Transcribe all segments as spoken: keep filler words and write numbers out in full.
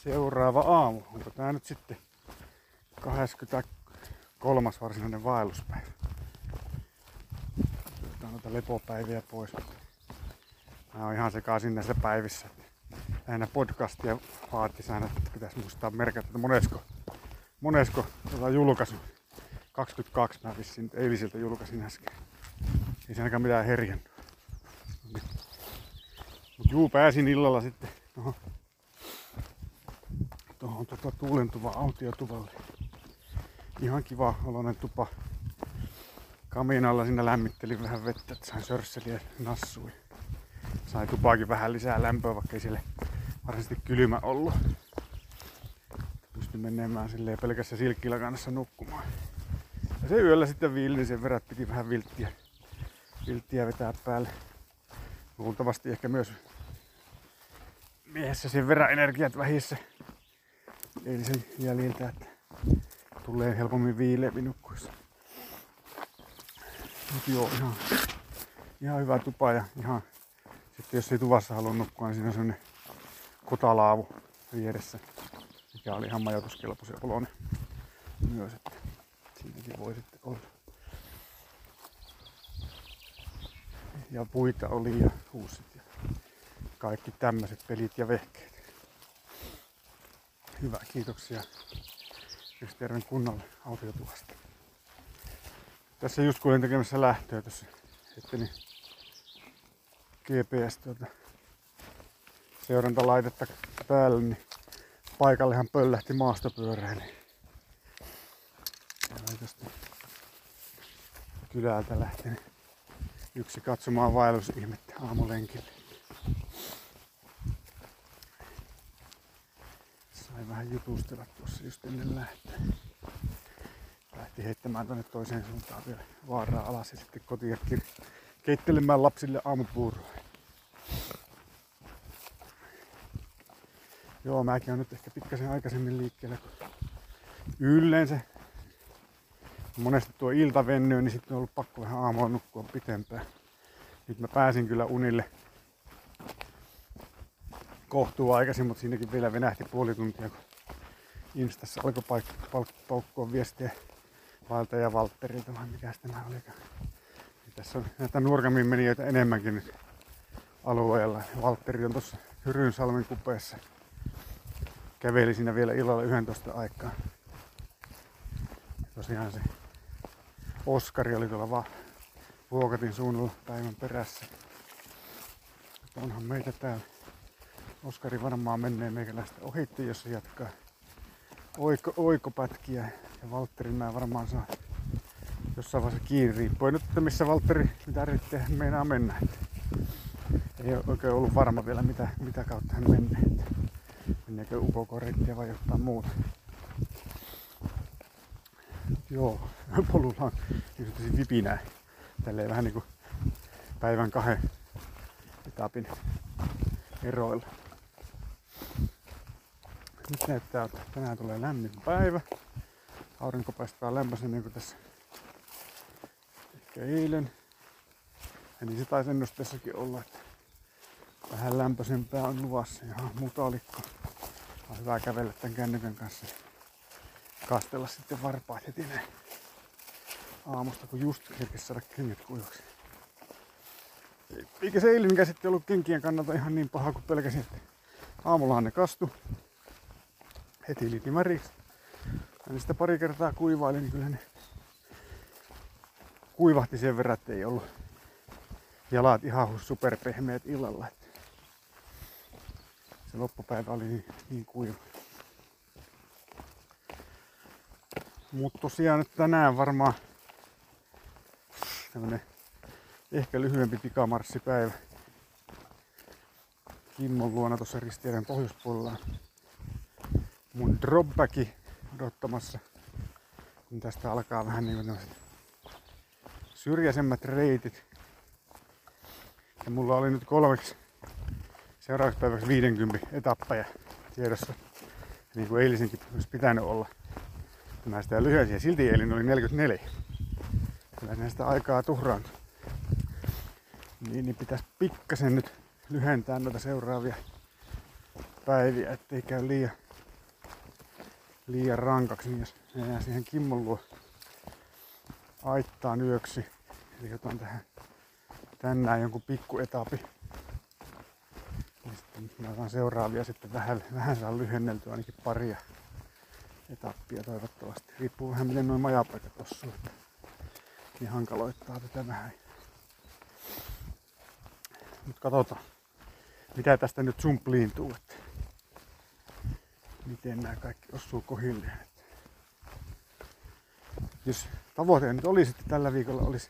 seuraava aamu. Onko tää nyt sitten kahdeskymmeneskolmas varsinainen vaelluspäivä? Otetaan noita lepopäiviä pois. Mä oon ihan sekaisin näissä päivissä. Lähinnä podcastia vaatis aina, että pitäisi muistaa merkata, että monesko, monesko tota julkaisu. kaksikymmentäkaksi mä vissiin eilisiltä julkaisin äsken. Ei se ainakaan mitään herjännyt. Mut juu, pääsin illalla sitten tohon, tohon tota tuulentuvaan autiotuvalle. Ihan kiva oloinen tupa. Kaminalla siinä lämmittelin vähän vettä, että sain sörsseliä nassui. Sai tupaakin vähän lisää lämpöä, vaikka ei siellä varsinaisesti kylmä ollut. Pystyn menemään silleen pelkässä silkkilakannassa nukkumaan. Ja se yöllä sitten viili, niin sen verran piti vähän vilttiä, vilttiä vetää päälle. Luultavasti ehkä myös miehessä sen verran energiat vähissä eilisen jäljiltä, että tulee helpommin viileämpi nukkuissa. Mut joo, ihan, ihan hyvä tupa ja ihan, sitten jos ei tuvassa halua nukkua, niin siinä on sellainen kotalaavu vieressä, mikä oli ihan majoituskelpoisen oloinen myös, että siinäkin voi sitten olla. Ja puita oli ja huussit ja kaikki tämmöiset pelit ja vehkeet. Hyvä, kiitoksia Ristijärven kunnalle autiotuvasta. Tässä just kun olin tekemässä lähtöä tuossa, että niin G P S tuota seurantalaitetta päällä, niin paikallehan pöllähti maastopyöräilijä. Ja oli tästä kylältä lähtenyt yksi katsomaan vaellusihmettä aamulenkille. Sain vähän jutustella tuossa just ennen lähtöä. Lähti heittämään tonne toiseen suuntaan vielä vaaraa alas ja sitten kotiin keittelemään lapsille aamupuuroa. Joo, mäkin on nyt ehkä pikkasen aikaisemmin liikkeellä kuin yleensä. Monesti tuo ilta vennyy, niin sitten on ollut pakko vähän aamulla nukkua pitempään. Nyt mä pääsin kyllä unille kohtuu aikaisin, mutta siinäkin vielä venähti puoli tuntia, kun Instassa alkoi paik- paik- paukkua viestiä vaeltaja Valtterilta, vai mikä sitten nämä olikaan. Ja tässä on näitä nuorkammin menijöitä enemmänkin nyt alueella. Valtteri on tuossa Hyrynsalmen kupeessa. Käveli siinä vielä illalla yksitoista aikaa. Ja tosiaan se Oskari oli tuolla vaan Vuokatin suunnalla päivän perässä. Mutta onhan meitä täällä. Oskari varmaan menee meikäläistä ohitti, jos se jatkaa oiko, oikopätkiä. Ja Valtterin mä varmaan saa jossain vaiheessa kiinni. Riippuen nyt, että missä Valtteri mitä reittejä meinaa mennä. Ei ole oikein ollut varma vielä mitä, mitä kautta hän menee. Meneekö U K K-reittiä vai jotain muuta. Joo, polulla on niin vipinää. Tälleen vähän niinku päivän kahden etapin eroilla. Nyt näyttää, että tänään tulee lämmin päivä. Aurinko paistaa lämpöisemmin kuin tässä ehkä eilen. Ja niin se taisi ennusteessakin olla, että vähän lämpöisempää on luvassa. Ihan mutalikko. On hyvä kävellä tän kännykän kanssa. Kastella sitten varpaat heti näin aamusta, kun just kerkes saada kengät kuivaksi. Eikä se eilinkään sitten ollut kenkien kannalta ihan niin paha kuin pelkäsin, että aamullahan ne kastu. Heti liiti märiksi. Ja niin sitä pari kertaa kuivaili, niin kyllä ne kuivahti sen verran, että ei ollut jalat ihan superpehmeät illalla. Se loppupäivä oli niin, niin kuiva. Mutta tosiaan nyt tänään varmaan tämmönen ehkä lyhyempi pikamarssipäivä. Kimmon luona tuossa Ristijärven pohjoispuolella mun dropbacki odottamassa. Kun tästä alkaa vähän niin kuin syrjäisemmät reitit. Ja mulla oli nyt kolmeksi seuraavaksi päiväksi viisikymmentä etappeja tiedossa. Niin kuin eilisenkin olisi pitänyt olla. Mä sitä lyhyensin ja silti eilin oli neljäkymmentäneljä. Kyllä näistä aikaa tuhraantui. Niin, niin pitäisi pikkasen nyt lyhentää noita seuraavia päiviä, ettei käy liian liian rankaksi, niin jos mennään siihen Kimmon luo aittaan yöksi. Eli otan tähän tänään jonkun pikku etapi. Ja sitten mä otan seuraavia sitten vähän, vähän saa lyhenneltyä ainakin paria etappia toivottavasti. Riippuu vähän miten noin majapaikat osuu. Niin hankaloittaa tätä vähän. Mut katsotaan mitä tästä nyt sumpliintuu. Että miten nämä kaikki osuu kohilleen. Jos tavoite nyt olisi, että tällä viikolla olisi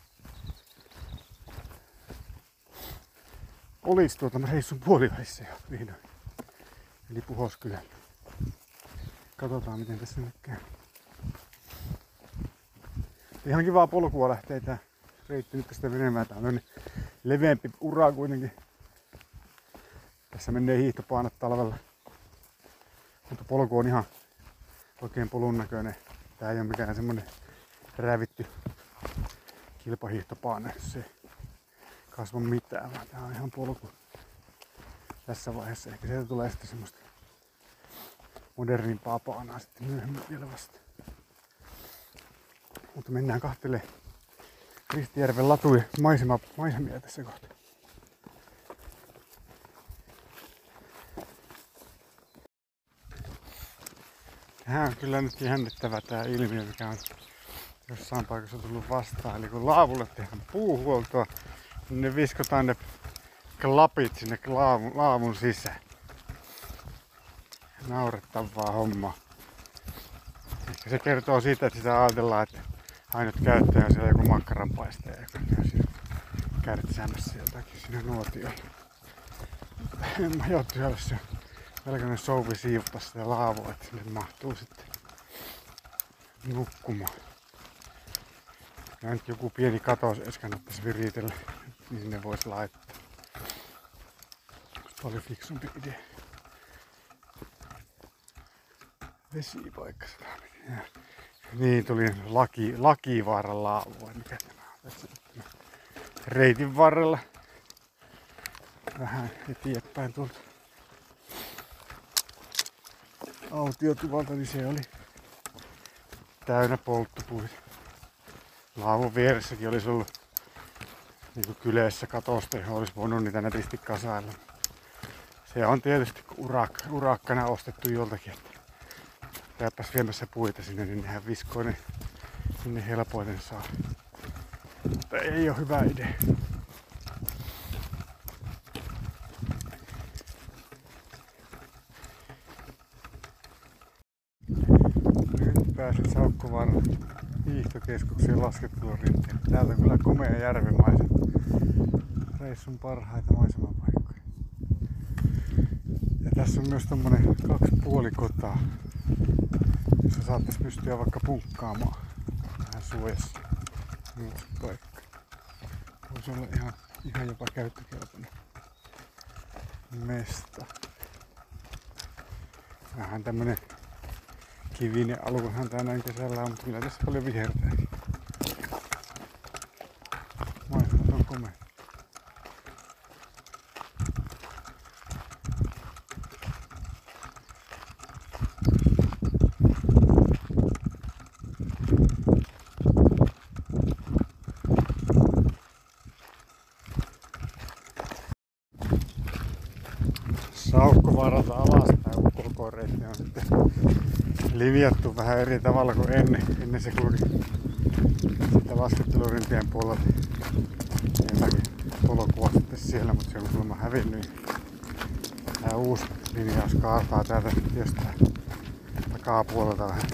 olisi tuota reissun puolivälissä jo vihdoin. Eli Puhoskylällä. Katsotaan miten tässä nyt käy. Ihan kivaa polkua lähtee tää reitti nyt tästä menemään. Tää on leveämpi ura kuitenkin. Tässä menee hiihtopaanat talvella. Mutta polku on ihan oikein polun näköinen. Tää ei oo mikään semmonen rävitty kilpahiihtopaana, jos ei kasva mitään, vaan tää on ihan polku tässä vaiheessa. Ehkä sieltä tulee sitten semmoista modernimpaa paanaa sitten myöhemmin vielä vasta. Mutta mennään kahtelemaan Ristijärven latuja maisema, maisemia tässä kohtaa. Tää on kyllä nyt jännittävä tää ilmiö, mikä on jossain paikassa tullut vastaan. Eli kun laavulle tehdään puuhuoltoa, niin ne viskotaan ne klapit sinne laavun, laavun sisään. Naurettavaa hommaa. Ehkä se kertoo siitä, että sitä ajatellaan, että ainut käyttäjä on siellä joku makkaranpaistaja, joka käy siinä kärtsäämässä jotakin siinä nuotiolla. En mä joutu siellä se melkoinen souvi siivuttaa sitä laavua, että sinne mahtuu sitten nukkumaan. Ja nyt joku pieni katos edes kannattaisi viritellä, niin sinne voisi laittaa. Paljon fiksumpi idea. Vesipaikka sitä. Niin tuli laki, Lakivaaran laavu, vai mikä tämä on tässä reitin varrella. Vähän eteenpäin tuolta autiotuvalta, niin se oli täynnä polttopuita. Laavun vieressäkin olisi ollut niinku kyleessä katosta, johon olisi voinut niitä nätisti kasailla. Se on tietysti urak, urakkana ostettu joltakin, että käypäs viemässä puita sinne, niin nehän viskoo ne sinne helpoiten saa. Mutta ei ole hyvä idea. Nyt pääsen Saukkovaaran hiihtokeskukseen laskettelurinteelle. Täältä on kyllä komea järvimaisema. Reissun parhaita maisemapaikkoja. Ja tässä on myös tommonen kaksi puolikotaa, jossa saattaisi pystyä vaikka punkkaamaan vähän suojassa. Myös paikka. Voisi olla ihan, ihan jopa käyttökelpoinen mesta. Vähän tämmönen kivinen aluehan tää näin kesällä on, mutta kyllä tässä paljon vihertääkin. Maisemat on komea. Saukkovaaralta alaspäin koko reitti on sitten linjattu vähän eri tavalla kuin ennen. Ennen se kulki sitten laskettelurintien puolella jotakin polkua sitten siellä, mutta se on kuulemma hävinnyt. Tää uusi linjaus kaataa täältä jostain takapuolelta vähän.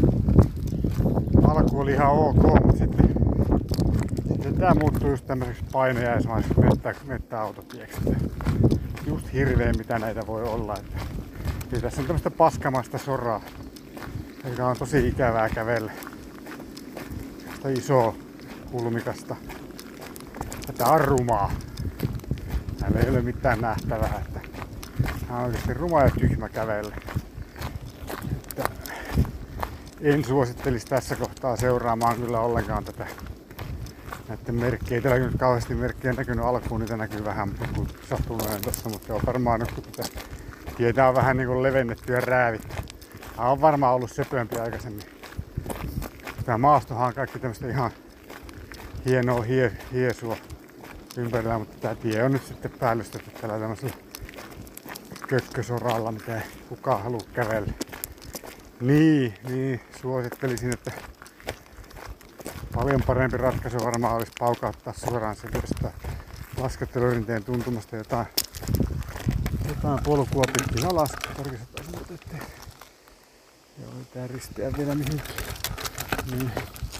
Alku oli ihan ok, mutta sitten, sitten tää muuttuu just tämmöiseksi painojäismaiseksi mettä, mettäautotieksi. Just hirveä mitä näitä voi olla. Että ja tässä on tämmöistä paskamaista soraa, joka on tosi ikävää kävellä. Sitä isoa kulmikasta. Tätä on rumaa. Täällä ei ole mitään nähtävää. Että tää on oikeasti ruma ja tyhmä kävellä. Että en suosittelisi tässä kohtaa seuraamaan kyllä ollenkaan tätä näiden merkkejä. Täällä on kauheasti merkkejä näkynyt alkuun, niitä näkyy vähän sattuneena tossa, mutta on varmaan nyt kun tätä tietää on vähän niin kuin levennetty ja räävitty. Tää on varmaan ollut söpömpi aikaisemmin. Tää maastohan on kaikki tämmöstä ihan hienoa hie, hiesua ympärillä, mutta tää tie on nyt sitten päällystetty tällä tämmöisellä kökkösoralla, mitä ei kukaan halua kävellä. Niin, niin, suosittelisin, että paljon parempi ratkaisu varmaan olisi paukauttaa suoraan se jostain laskettelurinteen tuntumasta jotain, jotain polkua pitkin alas. Tarkistetaan muuta, ettei joo, tää risteää vielä mihinkin. Niin,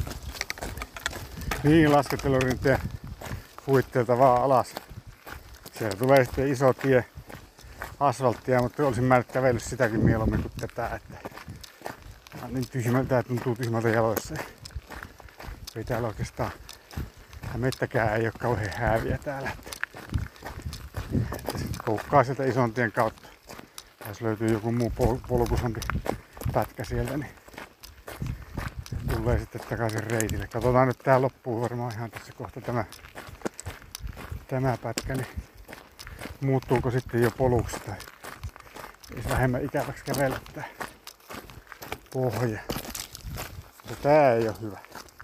niin laskettelurinteen huitteelta vaan alas. Siellä tulee sitten iso tie asfalttia, mutta olisin mä nyt kävellyt sitäkin mieluummin kuin tätä. Että niin tyhmältä, tää tuntuu tyhmältä jaloissa. Ei täällä oikeastaan, tää mettäkään ei oo kauhean hääviä täällä. Että se koukkaa sieltä ison tien kautta. Jos löytyy joku muu pol- polkusampi pätkä sieltä, niin tulee sitten takaisin reitille. Katsotaan nyt tää loppuu varmaan ihan tässä kohta tämä, tämä pätkä, niin muuttuuko sitten jo poluksi tai olisi vähemmän ikäväksi kävellä tää pohja. Mutta tää ei oo hyvä.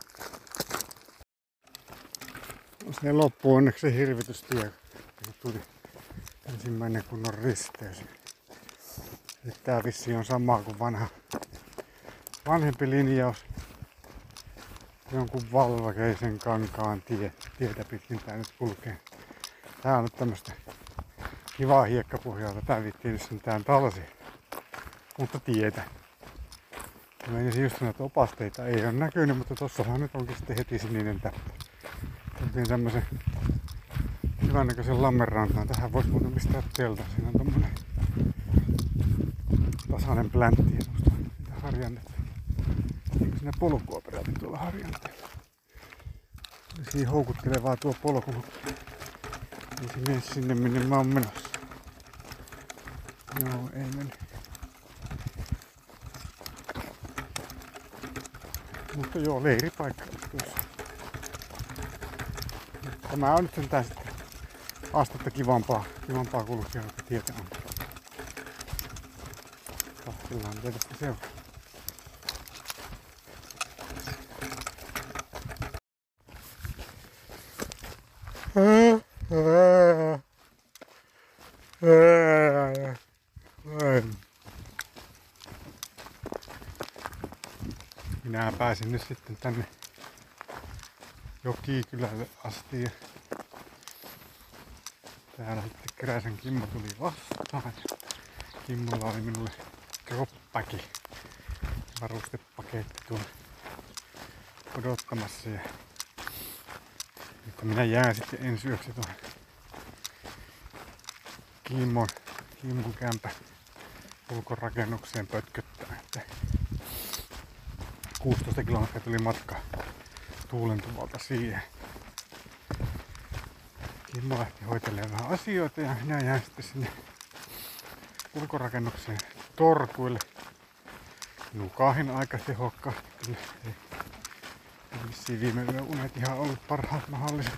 Se loppuu onneksi se hirvitystie. Tuli ensimmäinen kunnon risteys. Nyt tää vissi on sama kuin vanha, vanhempi linjaus. Jonkun valvakeisen kankaan tie, tietä pitkin tää nyt kulkee. Tää on nyt tämmöstä kivaa hiekkapohjaa. Tätä viittiin sentään talsia. Mutta tietä. Menisin just sanoa, että opasteita ei ole näkynyt, mutta tossahan nyt onkin sitten heti sininen täppä. Tehtiin tämmösen hyvän näköisen lammenrantaan. Tähän voisi muuten pistää telta. Siinä on tommonen tasainen pläntti ja tuosta niitä harjannetta. Eikö siinä polkua peräti tuolla harjanteella? Olisi houkuttelevaa tuo polku, mutta ei se mene sinne minne mä oon menossa. Joo, ei mene. Mutta joo, leiripaikka tuossa. Tämä on nyt sentään sitten astetta kivampaa, kivampaa kulkea, että tietä on. Tahtillaan tietysti seuraa. Minä pääsin nyt sitten tänne Jokikylälle asti ja täällä sitten Keräsen Kimmo tuli vastaan. Kimmolla oli minulle kroppäki varustepaketti tuolla odottamassa ja nyt minä jään sitten ensi yöksi tuohon Kimmon, Kimmon kämpä ulkorakennukseen pötköttää. Että kuusitoista kilometriä tuli matka Tuulentuvalta siihen. Kimmo lähti hoitelemaan vähän asioita ja minä jään sitten sinne ulkorakennukseen torkuille. Nukahin aika tehokkaasti. Kyllä ei, ei vissiin viime yön unet ihan ollut parhaat mahdolliset.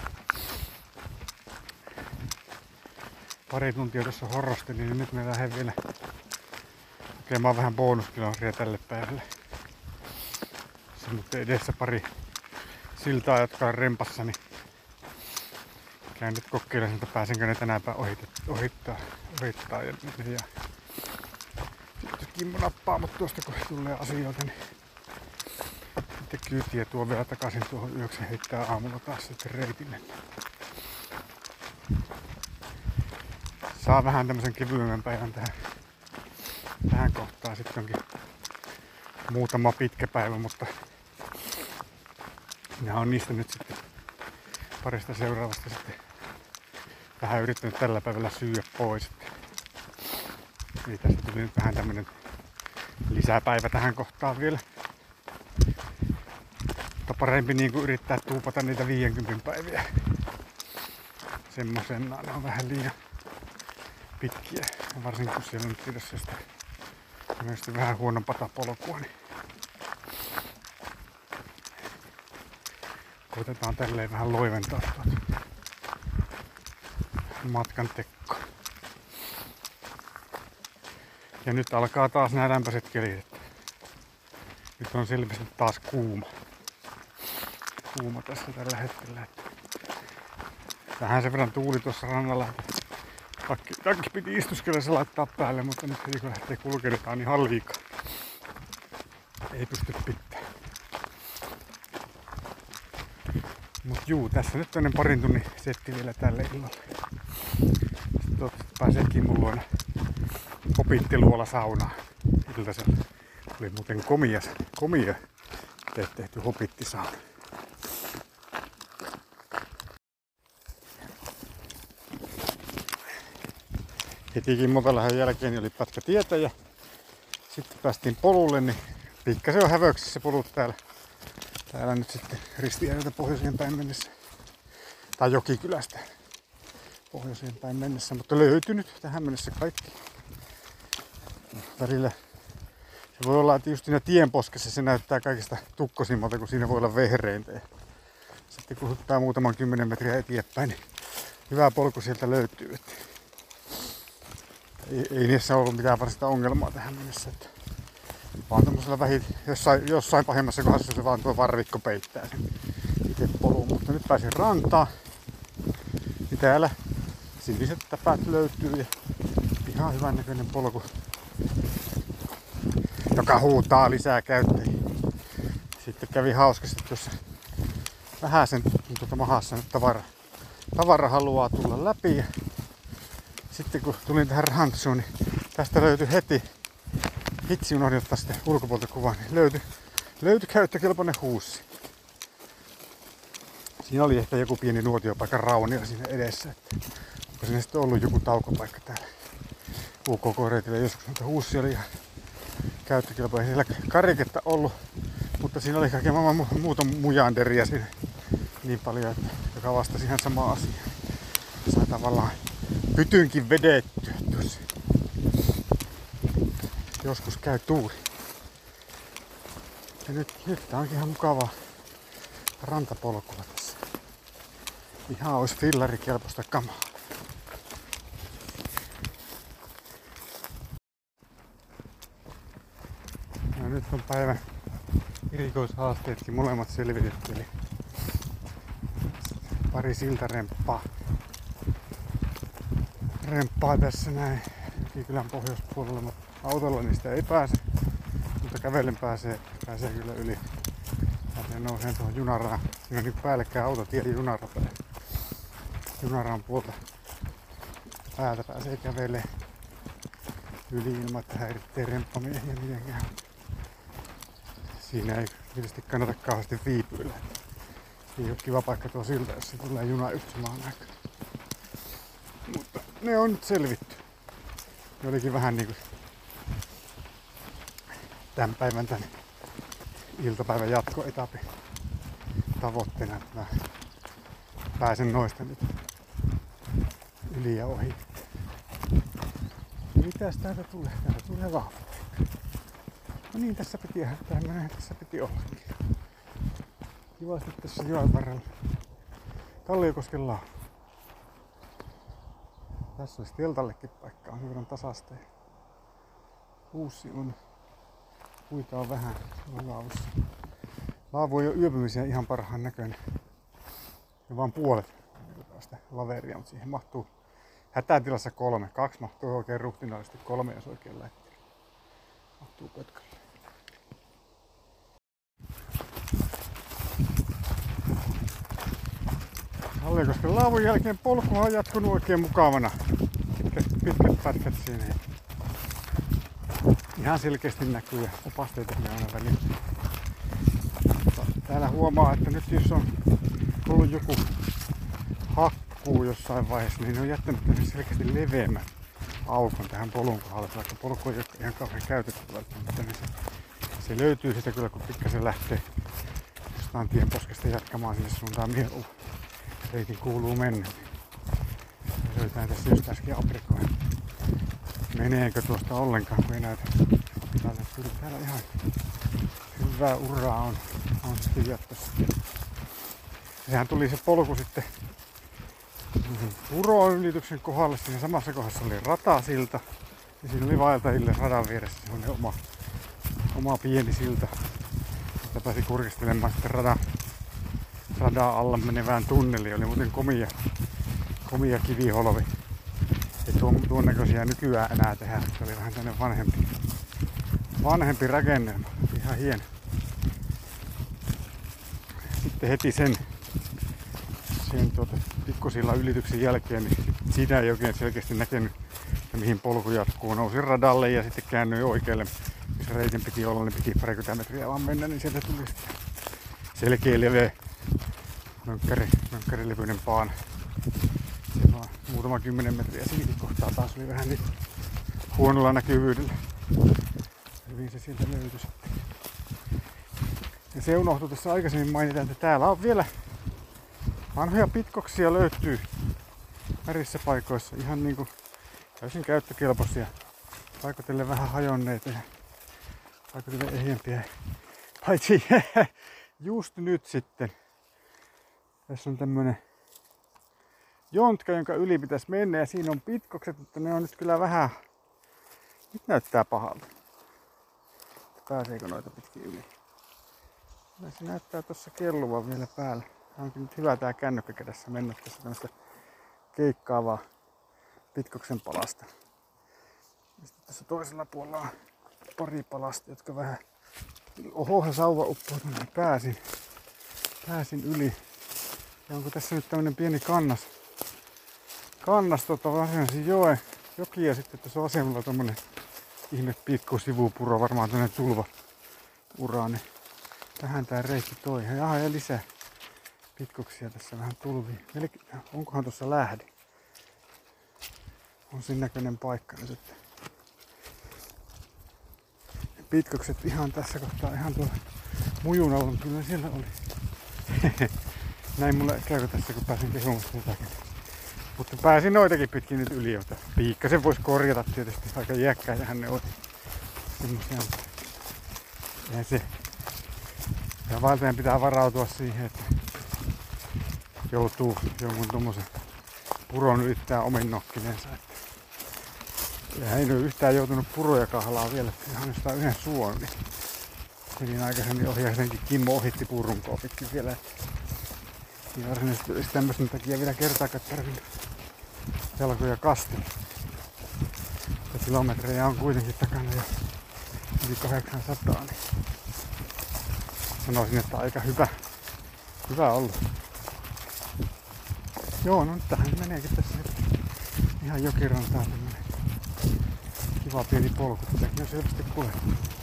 Pari tuntia tuossa horrostelin, niin nyt me lähden vielä hakemaan vähän bonuskilometriä tälle päivälle. Se mutta edessä pari siltaa, jotka on rempassa, niin käyn nyt kokeilemaan, että pääsenkö ne tänäänpä ohittaa, ohittaa, ohittaa ja, ja sitten Kimmo nappaa mut tuosta kun tulee asioita, niin sitten kyytiä tuo vielä takaisin tuohon yöksi ja heittää aamulla taas sitten reitille. Saa vähän tämmösen kevyemmän päivän tähän, tähän kohtaan. Sitten onkin muutama pitkä päivä, mutta minä olen niistä nyt sitten parista seuraavasta sitten vähän yrittänyt tällä päivällä syyä pois. Eli tästä tuli nyt vähän tämmönen lisäpäivä tähän kohtaan vielä. Mutta parempi niin kuin yrittää tuupata niitä viidenkymmenen päiviä. Semmosenaan ne on vähän liian pitkiä. Ja varsinkin kun siellä on nyt sitä myös vähän huonompaa polkua, niin koitetaan tälleen vähän loiventaa tuota matkan tekkoa. Ja nyt alkaa taas nämä lämpöiset kelit. Nyt on selvästi taas kuuma. Kuuma tässä tällä hetkellä. Vähän sen verran tuuli tuossa rannalla. Takki, takki piti istuskella se laittaa päälle, mutta nyt kun lähtee kulkeudutaan niin ihan liikaa. Ei pysty pitää. Mut juu, tässä nyt toinen parin tunnin setti vielä tälle illalle. Sitten toivottavasti pääsee Kimmun luona Hobittiluola saunaan iltasella. Oli muuten komia, komia tehty hobittisauna. Heti Kimmolta lähdön jälkeen niin oli pätkä tietä ja sitten päästiin polulle, niin pikkasen on hävöksissä se polut täällä. Täällä nyt sitten Ristijärveltä pohjoiseen päin mennessä. Tai Jokikylästä pohjoiseen päin mennessä, mutta löytynyt tähän mennessä kaikki. Välillä se voi olla, että just siinä tienposkessa se näyttää kaikista tukkosimmalta, kun siinä voi olla vehreintä. Ja sitten kun hyppää muutaman kymmenen metriä eteenpäin, niin hyvä polku sieltä löytyy. Että ei, ei niissä ollut mitään varsinaista ongelmaa tähän mennessä. Että vaan tämmöisellä vähin, jossain, jossain pahimmassa kohdassa se vaan tuo varvikko peittää sen itse poluun. Mutta nyt pääsin rantaan. Niin täällä siniset täpät löytyy ja ihan hyvän näköinen polku, joka huutaa lisää käyttäjiä. Sitten kävi hauskasti tuossa vähän sen tuota mahassa nyt tavara, tavara haluaa tulla läpi. Ja sitten kun tulin tähän rantsuun, niin tästä löytyi heti, hitsi unohdin ottaa sitten ulkopuolta kuvaa, niin löytyi, löytyi käyttökelpoinen huussi. Siinä oli ehkä joku pieni nuotiopaikan raunio siinä edessä, että onko siinä sitten ollut joku taukopaikka täällä U K K-reitillä joskus, mutta huussi oli ihan käyttökelpoinen. Ei siellä kariketta ollut, mutta siinä oli kaiken maailman muuta mujanderia siinä niin paljon, että joka vastasi ihan samaa asiaa. Sai tavallaan pytynkin vedettyä tuossa. Joskus käy tuuri. Ja nyt, nyt tää onkin ihan mukavaa rantapolkua tässä. Ihan olisi fillarikelpoista kamaa. No nyt on päivän erikoishaasteetkin molemmat selvitetty. Eli pari siltaremppaa. Remppaa tässä näin Jokikylän pohjoispuolella, mutta autolla niistä ei pääse. Mutta kävellen pääsee, pääsee kyllä yli. Ja nousee tuohon junaraan. Siinä on niin päällekkäin autotie ja junarata. Junaraan puolta päältä pääsee kävelemään yli ilman, että häiritsee remppamiehiä mitenkään. Siinä ei tietysti kannata kauheasti viipyillä. Ei ole kiva paikka tuo silta, jos se tulee juna yksi samaan aikaan. Mutta ne on nyt selvitty. Ne olikin vähän niinku tämän päivän tän iltapäivän jatkoetapi tavoitteena, että mä pääsen noista nyt yli ja ohi. Mitäs täältä tulee? Täältä tulee vahva paikka. No niin, tässä piti, tämmönen, tässä piti ollakin. Kivasti tässä joen varrella. Kalliokosken laavu. Tässä olisi teltallekin paikka, on hyvän tasasta. Huussi on, puita on vähän on laavussa. Laavu ei ole yöpymisiä ihan parhaan näköinen. Ja vaan puolet sitä laveria, mutta siihen mahtuu hätätilassa kolme. Kaksi mahtuu oikein ruhtinaallisesti, kolme jos oikein lähtee. Mahtuu pötkölle. Kalliokosken laavun jälkeen polku on jatkunut oikein mukavana. Pitkät, pitkät pätkät siinä. Ihan selkeästi näkyy ja opasteitakin aina välillä. Täällä huomaa, että nyt jos on ollut joku hakkuu jossain vaiheessa, niin ne on jättänyt selkeästi leveämmän aukon tähän polun kohdalle. Vaikka polku ei ole ihan kauhean käytetty välttämättä, niin se, se löytyy sitä kyllä, kun pikkasen lähtee jostain tienposkesta jatkamaan sinne suuntaan mieluun. Reitin kuuluu mennä. Löytään tässä just äsken aprikoin. Meneekö tuosta ollenkaan, kun ei näytä. Täällä, kyllä täällä ihan hyvää uraa on, on sitten jatkossa. Sehän tuli se polku sitten Puron ylityksen kohdalle. Siinä samassa kohdassa oli ratasilta. Ja siinä oli vaeltajille radan vieressä semmonen oma, oma pieni silta, että pääsi kurkistelemaan sitten radan, radan alla menevään tunneliin. Oli muuten komia, komia kiviholvi. Ei tuon, tuon näköisiä nykyään enää tehdä. Se oli vähän tämmönen vanhempi, vanhempi rakennelma. Ihan hieno. Sitten heti sen, sen tuota, pikkusillan ylityksen jälkeen, niin siitä ei oikein selkeästi näkenyt, mihin polku jatkuu. Nousin radalle ja sitten käännyin oikealle, missä reitin piti olla, niin piti parikymmentä metriä vaan mennä, niin sieltä tuli selkeä leveä mönkkäri, mönkkärilevyinen paana. Siellä on muutama kymmenen metriä siinäkin kohtaa taas oli vähän niin huonolla näkyvyydellä. Hyvin se sieltä löytyi sitten. Ja se unohtui tässä aikaisemmin mainita, että täällä on vielä vanhoja pitkoksia löytyy värissä paikoissa. Ihan niinku täysin käyttökelpoisia. Paikotellen vähän hajonneita ja paikotellen ehjempiä. Paitsi just nyt sitten. Tässä on tämmönen jontka, jonka yli pitäisi mennä ja siinä on pitkokset, mutta ne on nyt kyllä vähän... Nyt näyttää pahalta. Pääseekö noita pitkin yli? Se näyttää tuossa kelluvan vielä päällä. Onkin nyt hyvä tää kännykkä kädessä mennä tässä tämmöstä keikkaavaa pitkoksen palasta. Ja sitten tässä toisella puolella on pari palasta, jotka vähän... Oho, sauva uppoutuu, niin pääsin. Pääsin yli. Ja onko tässä nyt tämmönen pieni kannas? Kannas tota varsinaisen joen joki ja sitten tässä vasemmalla tommonen ihme pikku sivupuro, varmaan tämmönen tulva uraani. Tähän tää reitti toi. Jaha, ja lisää pitkoksia tässä vähän tulvii. Melkein, onkohan tuossa lähde? On sen näköinen paikka nyt. Että pitkokset ihan tässä kohtaa, ihan tuolla mujun alla, kyllä siellä oli. Näin mulle käykö tässä, kun pääsin kehumasta jotakin. Mutta pääsin noitakin pitkin nyt yli, jota piikkasen voisi korjata tietysti. Aika iäkkäitähän ne on. Semmoisia. Eihän se. Ja vaeltajan pitää varautua siihen, että joutuu jonkun tommosen puron ylittää omin nokkinensa. Ja ei ole yhtään joutunut puroja kahlaa vielä. Ihan jostain yhden suon. Menin aikaisemmin ohi ja senkin Kimmo ohitti purunkoa pitkin vielä. Niin varsinaisesti olisi tämmöisen takia vielä kertaakaan tarvinnut jalkoja kastella. Ja kilometrejä on kuitenkin takana jo yli kahdeksansataa. Niin sanoisin, että aika hyvä, hyvä ollut. Joo, no nyt tähän meneekin tässä ihan jokirantaan tämmönen kiva pieni polku. Tätäkin on selvästi kuljettu.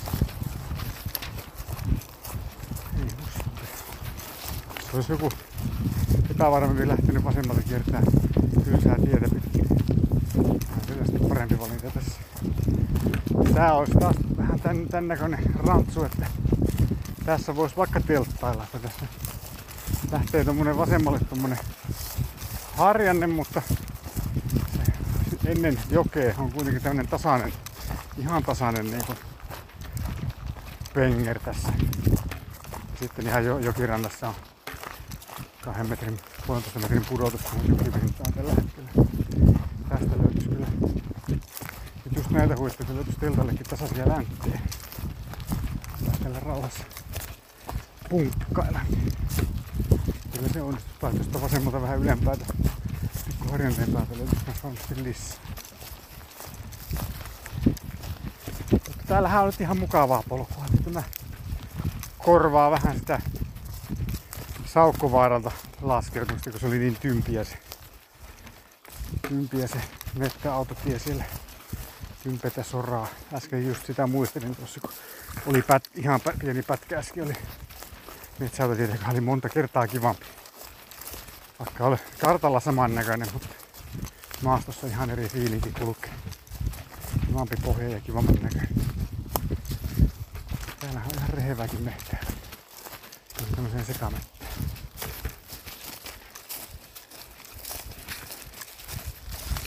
Ei musta. Se olisi joku epävarmemmin lähtenyt vasemmalta kiertää tylsää tietä pitkin. Tämä on selvästi parempi valinta tässä. Tää olisi taas vähän tän, tän näköinen rantsu, että tässä voisi vaikka telttailla. Että tässä lähtee tommonen vasemmalle tommonen harjanne, mutta ennen jokea on kuitenkin tämmönen tasainen, ihan tasainen niinku penger tässä. Sitten ihan jokirannassa on kahden metrin, puolentoista metrin pudotus jokipintaan tällä hetkellä. Tästä löytyisi kyllä. Nyt just näiltä huitteilta löytyisi teltallekin tasaisia länttejä. Tällä rauhassa punkkailla. Kyllä se onnistus päästä tuosta vasemmalta vähän ylempäätä. Pikku harjanteen päältä löytyisi myös varmasti lisää. Mutta täällähän on nyt ihan mukavaa polkua. Tämä korvaa vähän sitä Saukkovaaralta laskeutumista, kun se oli niin tympiä se, tympiä se metsäautotie siellä. Tympetä soraa. Äsken just sitä muistelin tuossa, kun oli pät, ihan pät, pieni pätkä äsken oli metsäautotie, joka oli monta kertaa kivampi. Vaikka oli kartalla samannäköinen, mutta maastossa ihan eri fiilinki kulkee. Kivampi pohja ja kivamman näköinen. Täällähän on ihan rehevääkin mehtää. Tämmöiseen sekamettä.